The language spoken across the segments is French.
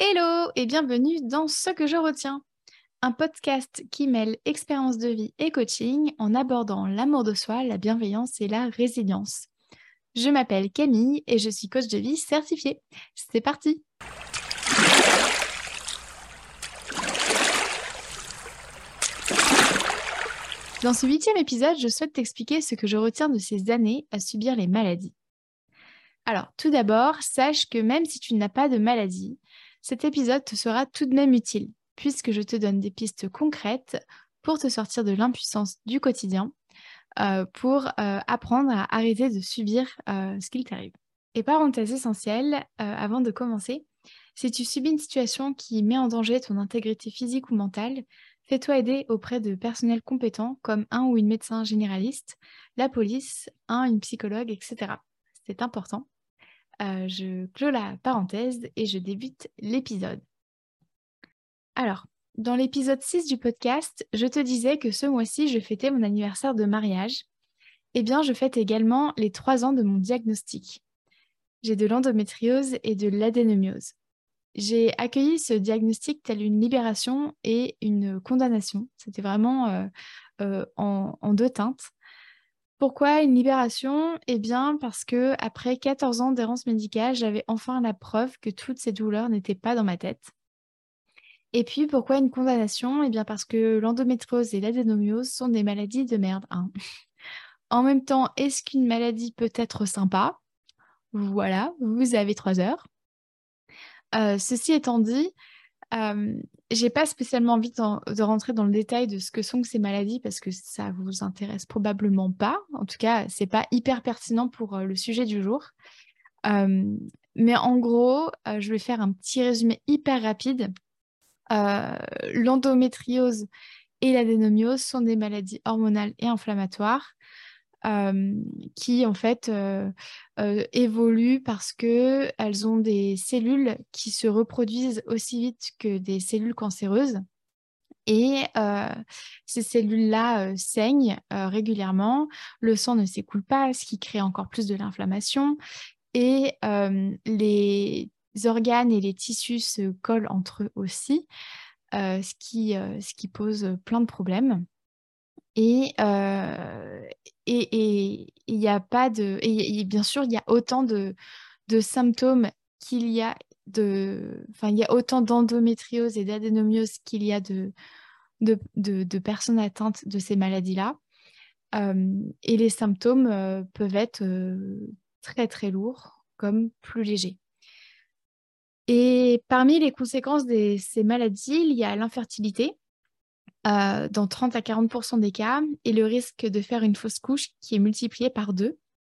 Hello et bienvenue dans Ce que je retiens, un podcast qui mêle expérience de vie et coaching en abordant l'amour de soi, la bienveillance et la résilience. Je m'appelle Camille et je suis coach de vie certifiée. C'est parti! Dans ce 8e épisode, je souhaite t'expliquer ce que je retiens de ces années à subir les maladies. Alors, tout d'abord, sache que même si tu n'as pas de maladie, cet épisode te sera tout de même utile, puisque je te donne des pistes concrètes pour te sortir de l'impuissance du quotidien, pour apprendre à arrêter de subir ce qu'il t'arrive. Et parenthèse essentielle, avant de commencer, si tu subis une situation qui met en danger ton intégrité physique ou mentale, fais-toi aider auprès de personnels compétents comme un ou une médecin généraliste, la police, une psychologue, etc. C'est important. Je clôt la parenthèse et je débute l'épisode. Alors, dans l'épisode 6 du podcast, je te disais que ce mois-ci, je fêtais mon anniversaire de mariage. Eh bien, je fête également les 3 ans de mon diagnostic. J'ai de l'endométriose et de l'adénomiose. J'ai accueilli ce diagnostic tel une libération et une condamnation. C'était vraiment en deux teintes. Pourquoi une libération? Eh bien, parce que après 14 ans d'errance médicale, j'avais enfin la preuve que toutes ces douleurs n'étaient pas dans ma tête. Et puis, pourquoi une condamnation? Eh bien, parce que l'endométriose et l'adénomiose sont des maladies de merde, hein. En même temps, est-ce qu'une maladie peut être sympa? Voilà, vous avez 3 heures. Ceci étant dit, j'ai pas spécialement envie de rentrer dans le détail de ce que sont ces maladies parce que ça vous intéresse probablement pas. En tout cas, c'est pas hyper pertinent pour le sujet du jour. Euh, mais en gros, je vais faire un petit résumé hyper rapide. Euh, L'endométriose et l'adénomiose sont des maladies hormonales et inflammatoires euh, qui en fait évoluent parce qu'elles ont des cellules qui se reproduisent aussi vite que des cellules cancéreuses. Et ces cellules-là saignent régulièrement, le sang ne s'écoule pas, ce qui crée encore plus de l'inflammation, et les organes et les tissus se collent entre eux aussi, ce qui pose plein de problèmes. Et il y a pas de et bien sûr il y a autant de symptômes qu'il y a enfin il y a autant d'endométriose et d'adénomiose qu'il y a de personnes atteintes de ces maladies-là. Et les symptômes peuvent être très très lourds comme plus légers. Et parmi les conséquences de ces maladies, il y a l'infertilité dans 30 à 40% des cas, et le risque de faire une fausse couche qui est multiplié par 2.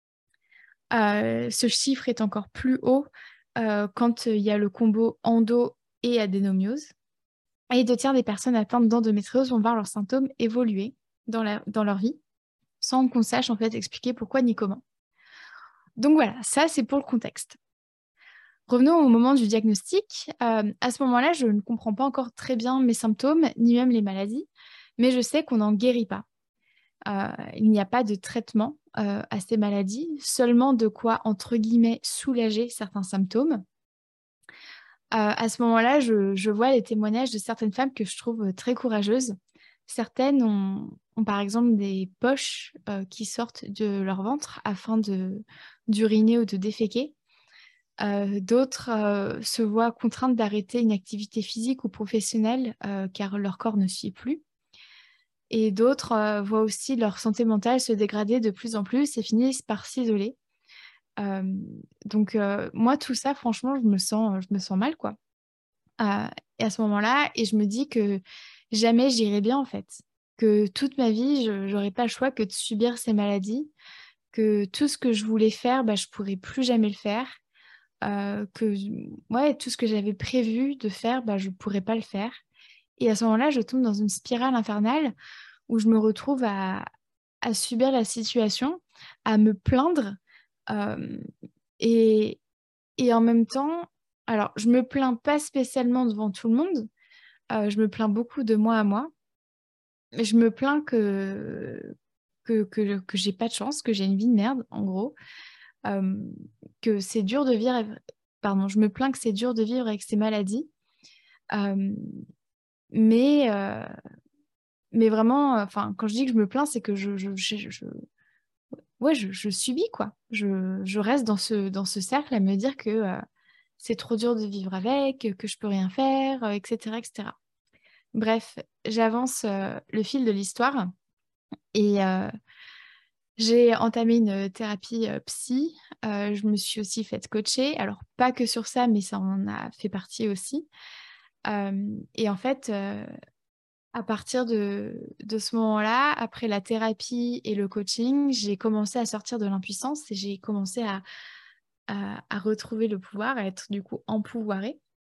Ce chiffre est encore plus haut quand il y a le combo endo et adénomiose. Et 2 tiers des personnes atteintes d'endométriose vont voir leurs symptômes évoluer dans leur vie, sans qu'on sache en fait expliquer pourquoi ni comment. Donc voilà, ça c'est pour le contexte. Revenons au moment du diagnostic. À ce moment-là, je ne comprends pas encore très bien mes symptômes, ni même les maladies, mais je sais qu'on n'en guérit pas. Il n'y a pas de traitement à ces maladies, seulement de quoi, entre guillemets, soulager certains symptômes. À ce moment-là, je vois les témoignages de certaines femmes que je trouve très courageuses. Certaines ont par exemple des poches qui sortent de leur ventre afin d'uriner ou de déféquer. D'autres se voient contraintes d'arrêter une activité physique ou professionnelle car leur corps ne suit plus. Et d'autres voient aussi leur santé mentale se dégrader de plus en plus et finissent par s'isoler. Euh, donc moi, tout ça, franchement, je me sens mal, quoi. Euh, et à ce moment-là, et je me dis que jamais j'irai bien, en fait. Que toute ma vie, je n'aurai pas le choix que de subir ces maladies. Que tout ce que je voulais faire, bah, je ne pourrai plus jamais le faire. Que ouais, tout ce que j'avais prévu de faire, bah, je ne pourrais pas le faire. Et à ce moment-là, je tombe dans une spirale infernale où je me retrouve à subir la situation, à me plaindre. euh, et, et en même temps, alors je me plains pas spécialement devant tout le monde, je me plains beaucoup de moi à moi, mais je me plains que j'ai pas de chance, que j'ai une vie de merde, en gros, euh, que c'est dur de vivre, pardon, je me plains que c'est dur de vivre avec ces maladies. Euh, mais, euh, mais vraiment, enfin, quand je dis que je me plains, c'est que ouais, je subis, quoi. Je reste dans ce cercle à me dire que c'est trop dur de vivre avec, que je peux rien faire, etc., etc. Bref, j'avance le fil de l'histoire et j'ai entamé une thérapie psy. Je me suis aussi faite coacher. Alors, pas que sur ça, mais ça en a fait partie aussi. Et en fait, à partir de ce moment-là, après la thérapie et le coaching, j'ai commencé à sortir de l'impuissance et j'ai commencé à retrouver le pouvoir, à être du coup empouvoirée.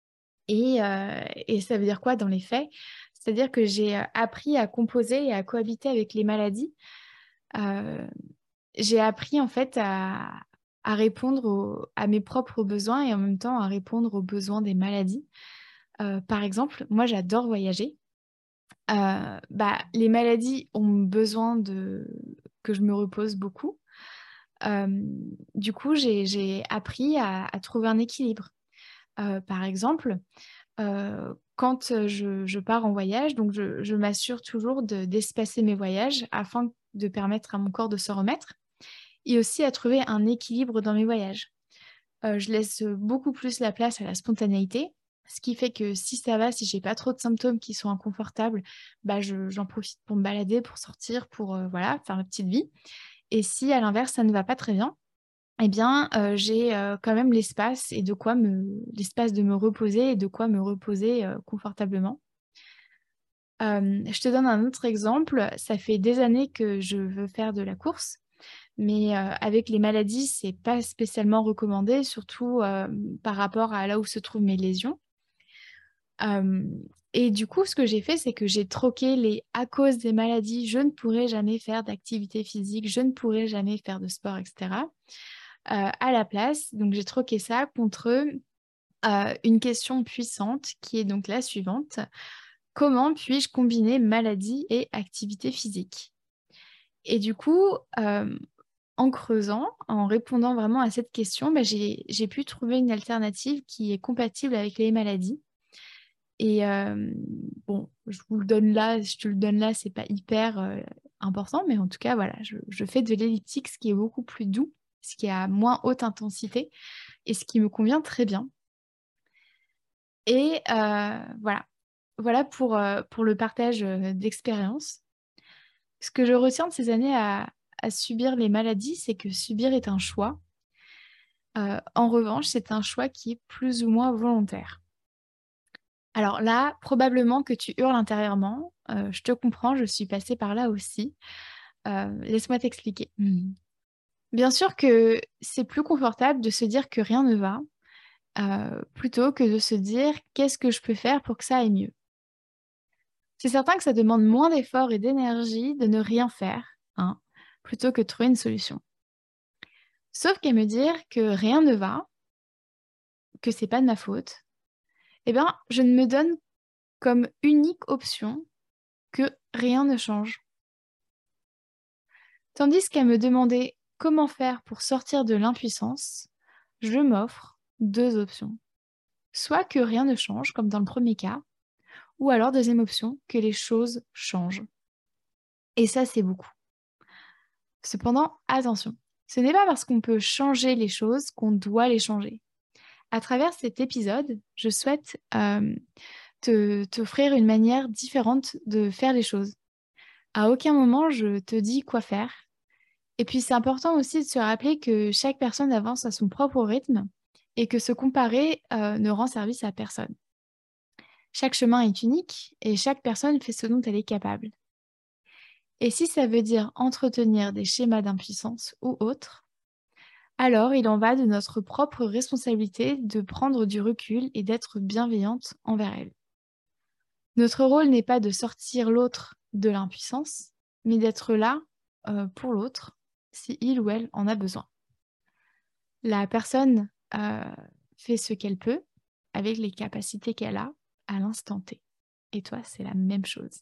Et ça veut dire quoi dans les faits? C'est-à-dire que j'ai appris à composer et à cohabiter avec les maladies. Euh, j'ai appris en fait à répondre à mes propres besoins et en même temps à répondre aux besoins des maladies. Par exemple, moi j'adore voyager. Les maladies ont besoin que je me repose beaucoup. Euh, du coup, j'ai appris à trouver un équilibre. Par exemple, quand je pars en voyage, donc je m'assure toujours d'espacer mes voyages afin de permettre à mon corps de se remettre et aussi à trouver un équilibre dans mes voyages. Je laisse beaucoup plus la place à la spontanéité, ce qui fait que si ça va, si j'ai pas trop de symptômes qui sont inconfortables, j'en profite pour me balader, pour sortir, pour voilà, faire ma petite vie. Et si à l'inverse, ça ne va pas très bien, eh bien, j'ai quand même l'espace de me reposer et de quoi me reposer confortablement. Je te donne un autre exemple. Ça fait des années que je veux faire de la course, mais avec les maladies, c'est pas spécialement recommandé, surtout par rapport à là où se trouvent mes lésions. Euh, et du coup, ce que j'ai fait, c'est que j'ai troqué les à cause des maladies, je ne pourrai jamais faire d'activité physique, je ne pourrai jamais faire de sport, etc. À la place, donc j'ai troqué ça contre une question puissante qui est donc la suivante. Comment puis-je combiner maladie et activité physique? Et du coup, en creusant, en répondant vraiment à cette question, j'ai pu trouver une alternative qui est compatible avec les maladies. Et bon, je te le donne là, c'est pas hyper important, mais en tout cas, voilà, je fais de l'elliptique, ce qui est beaucoup plus doux, ce qui est à moins haute intensité et ce qui me convient très bien. Et voilà pour le partage d'expérience. Ce que je retiens de ces années à subir les maladies, c'est que subir est un choix. En revanche, c'est un choix qui est plus ou moins volontaire. Alors là, probablement que tu hurles intérieurement. Je te comprends, je suis passée par là aussi. Laisse-moi t'expliquer. Bien sûr que c'est plus confortable de se dire que rien ne va, plutôt que de se dire qu'est-ce que je peux faire pour que ça aille mieux. C'est certain que ça demande moins d'efforts et d'énergie de ne rien faire, hein, plutôt que de trouver une solution. Sauf qu'à me dire que rien ne va, que c'est pas de ma faute, eh bien, je ne me donne comme unique option que rien ne change. Tandis qu'à me demander comment faire pour sortir de l'impuissance, je m'offre deux options. Soit que rien ne change, comme dans le premier cas, ou alors deuxième option, que les choses changent. Et ça, c'est beaucoup. Cependant, attention, ce n'est pas parce qu'on peut changer les choses qu'on doit les changer. À travers cet épisode, je souhaite t'offrir une manière différente de faire les choses. À aucun moment, je te dis quoi faire. Et puis, c'est important aussi de se rappeler que chaque personne avance à son propre rythme et que se comparer ne rend service à personne. Chaque chemin est unique et chaque personne fait ce dont elle est capable. Et si ça veut dire entretenir des schémas d'impuissance ou autres, alors il en va de notre propre responsabilité de prendre du recul et d'être bienveillante envers elle. Notre rôle n'est pas de sortir l'autre de l'impuissance, mais d'être là pour l'autre si il ou elle en a besoin. La personne fait ce qu'elle peut avec les capacités qu'elle a à l'instant T. Et toi, c'est la même chose.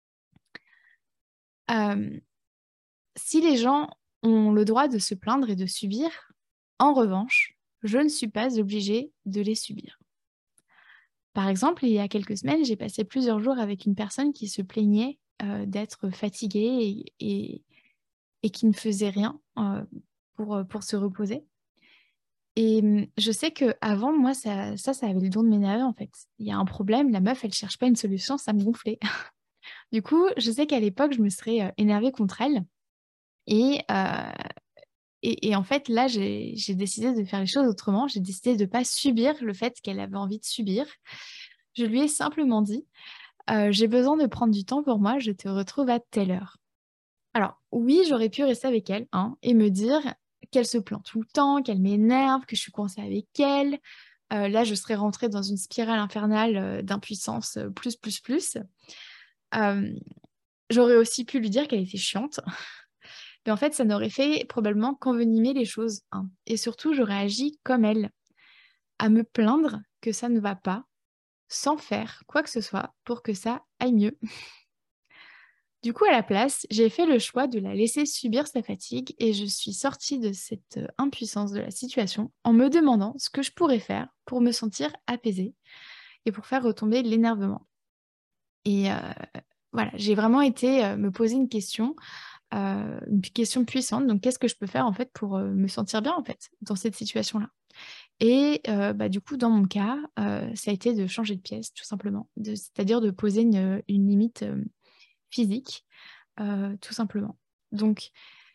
Euh, Si les gens ont le droit de se plaindre et de subir, en revanche, je ne suis pas obligée de les subir. Par exemple, il y a quelques semaines, j'ai passé plusieurs jours avec une personne qui se plaignait d'être fatiguée et qui ne faisait rien pour se reposer. Et je sais qu'avant, moi, ça avait le don de m'énerver en fait. Il y a un problème, la meuf, elle cherche pas une solution, ça me gonflait. Du coup, je sais qu'à l'époque, je me serais énervée contre elle. Et, euh, et en fait, là, j'ai décidé de faire les choses autrement. J'ai décidé de ne pas subir le fait qu'elle avait envie de subir. Je lui ai simplement dit, j'ai besoin de prendre du temps pour moi, je te retrouve à telle heure. Alors, oui, j'aurais pu rester avec elle hein, et me dire qu'elle se plaint tout le temps, qu'elle m'énerve, que je suis coincée avec elle. Là, je serais rentrée dans une spirale infernale d'impuissance plus. Euh, J'aurais aussi pu lui dire qu'elle était chiante. Mais en fait, ça n'aurait fait probablement qu'envenimer les choses, hein. Et surtout, j'aurais agi comme elle, à me plaindre que ça ne va pas, sans faire quoi que ce soit pour que ça aille mieux. Du coup, à la place, j'ai fait le choix de la laisser subir sa fatigue et je suis sortie de cette impuissance de la situation en me demandant ce que je pourrais faire pour me sentir apaisée et pour faire retomber l'énervement. Et voilà, j'ai vraiment été me poser une question puissante. Donc, qu'est-ce que je peux faire en fait pour me sentir bien en fait dans cette situation-là? Et du coup, dans mon cas, ça a été de changer de pièce, tout simplement. C'est-à-dire de poser une limite physique, tout simplement. Donc,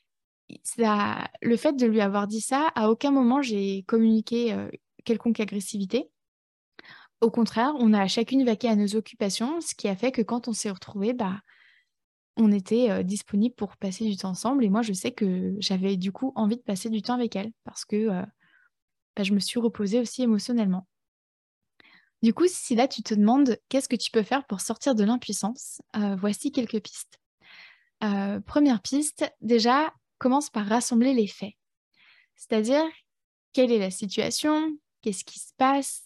le fait de lui avoir dit ça, à aucun moment j'ai communiqué quelconque agressivité. Au contraire, on a chacune vaqué à nos occupations, ce qui a fait que quand on s'est retrouvés, on était disponibles pour passer du temps ensemble. Et moi, je sais que j'avais du coup envie de passer du temps avec elle parce que je me suis reposée aussi émotionnellement. Du coup, si là tu te demandes qu'est-ce que tu peux faire pour sortir de l'impuissance, voici quelques pistes. Première piste, déjà, commence par rassembler les faits. C'est-à-dire, quelle est la situation? Qu'est-ce qui se passe?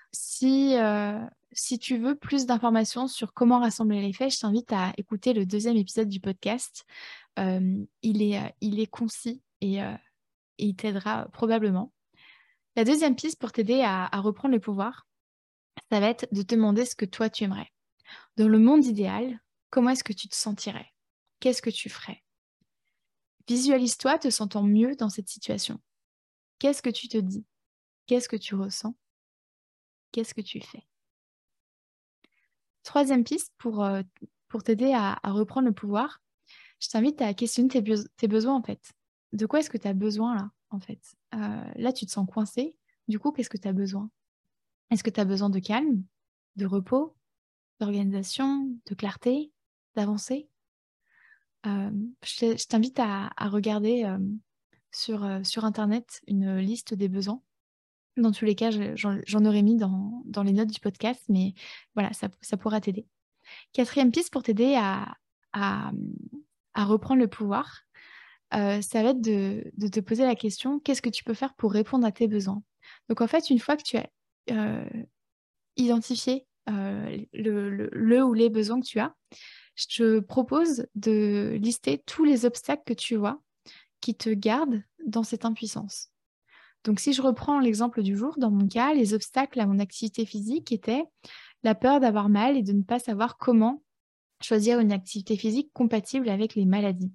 Si tu veux plus d'informations sur comment rassembler les faits, je t'invite à écouter le deuxième épisode du podcast. Il est concis et il t'aidera probablement. La deuxième piste pour t'aider à reprendre le pouvoir, ça va être de te demander ce que toi tu aimerais. Dans le monde idéal, comment est-ce que tu te sentirais? Qu'est-ce que tu ferais? Visualise-toi te sentant mieux dans cette situation. Qu'est-ce que tu te dis? Qu'est-ce que tu ressens? Qu'est-ce que tu fais? Troisième piste pour t'aider à reprendre le pouvoir, je t'invite à questionner tes besoins en fait. De quoi est-ce que tu as besoin là en fait? Là, tu te sens coincé. Du coup, qu'est-ce que tu as besoin? Est-ce que tu as besoin de calme, de repos, d'organisation, de clarté, d'avancer? Euh, je t'invite à regarder sur Internet une liste des besoins. Dans tous les cas, j'en aurais mis dans les notes du podcast, mais voilà, ça pourra t'aider. Quatrième piste pour t'aider à, à reprendre le pouvoir, ça va être de te poser la question, qu'est-ce que tu peux faire pour répondre à tes besoins? Donc en fait, une fois que tu as euh, identifié le ou les besoins que tu as, je te propose de lister tous les obstacles que tu vois qui te gardent dans cette impuissance. Donc si je reprends l'exemple du jour, dans mon cas, les obstacles à mon activité physique étaient la peur d'avoir mal et de ne pas savoir comment choisir une activité physique compatible avec les maladies.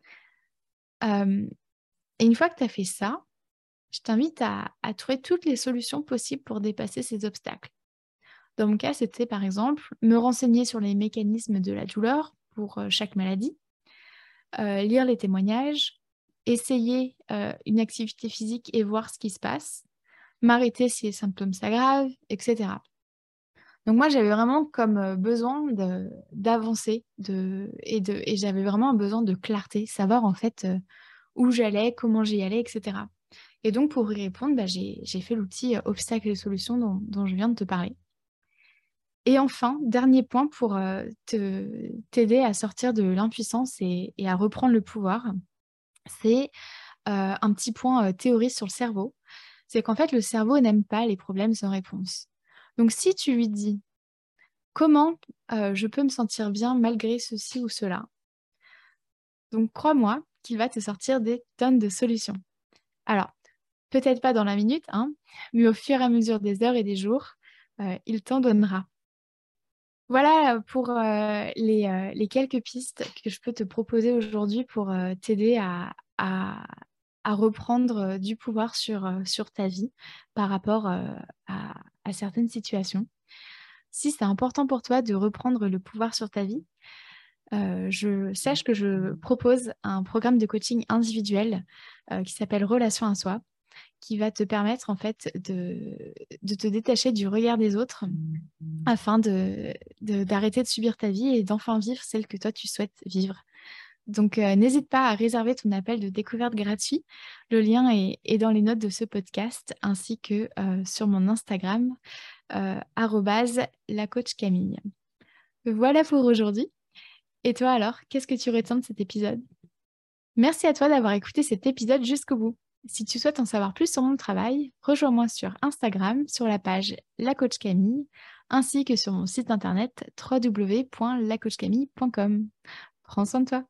Et une fois que tu as fait ça, je t'invite à trouver toutes les solutions possibles pour dépasser ces obstacles. Dans mon cas, c'était par exemple me renseigner sur les mécanismes de la douleur pour chaque maladie, lire les témoignages, essayer une activité physique et voir ce qui se passe, m'arrêter si les symptômes s'aggravent, etc. Donc moi, j'avais vraiment comme besoin d'avancer et j'avais vraiment un besoin de clarté, savoir en fait où j'allais, comment j'y allais, etc. Et donc pour y répondre, j'ai fait l'outil obstacles et solutions dont je viens de te parler. Et enfin, dernier point pour t'aider à sortir de l'impuissance et à reprendre le pouvoir, c'est un petit point théorie sur le cerveau. C'est qu'en fait, le cerveau n'aime pas les problèmes sans réponse. Donc si tu lui dis comment je peux me sentir bien malgré ceci ou cela, donc crois-moi qu'il va te sortir des tonnes de solutions. Alors, Peut-être pas dans la minute, hein, mais au fur et à mesure des heures et des jours, il t'en donnera. Voilà, pour, les quelques pistes que je peux te proposer aujourd'hui pour, t'aider à reprendre, du pouvoir sur ta vie par rapport, à certaines situations. Si c'est important pour toi de reprendre le pouvoir sur ta vie, sache que je propose un programme de coaching individuel, qui s'appelle Relation à soi, qui va te permettre en fait de te détacher du regard des autres afin d'arrêter de subir ta vie et d'enfin vivre celle que toi tu souhaites vivre. Donc, n'hésite pas à réserver ton appel de découverte gratuit. Le lien est dans les notes de ce podcast ainsi que, sur mon Instagram, @lacoachcamille. Voilà pour aujourd'hui. Et toi alors, qu'est-ce que tu retiens de cet épisode? Merci à toi d'avoir écouté cet épisode jusqu'au bout. Si tu souhaites en savoir plus sur mon travail, rejoins-moi sur Instagram sur la page La Coach Camille, ainsi que sur mon site internet www.lacoachcamille.com. Prends soin de toi.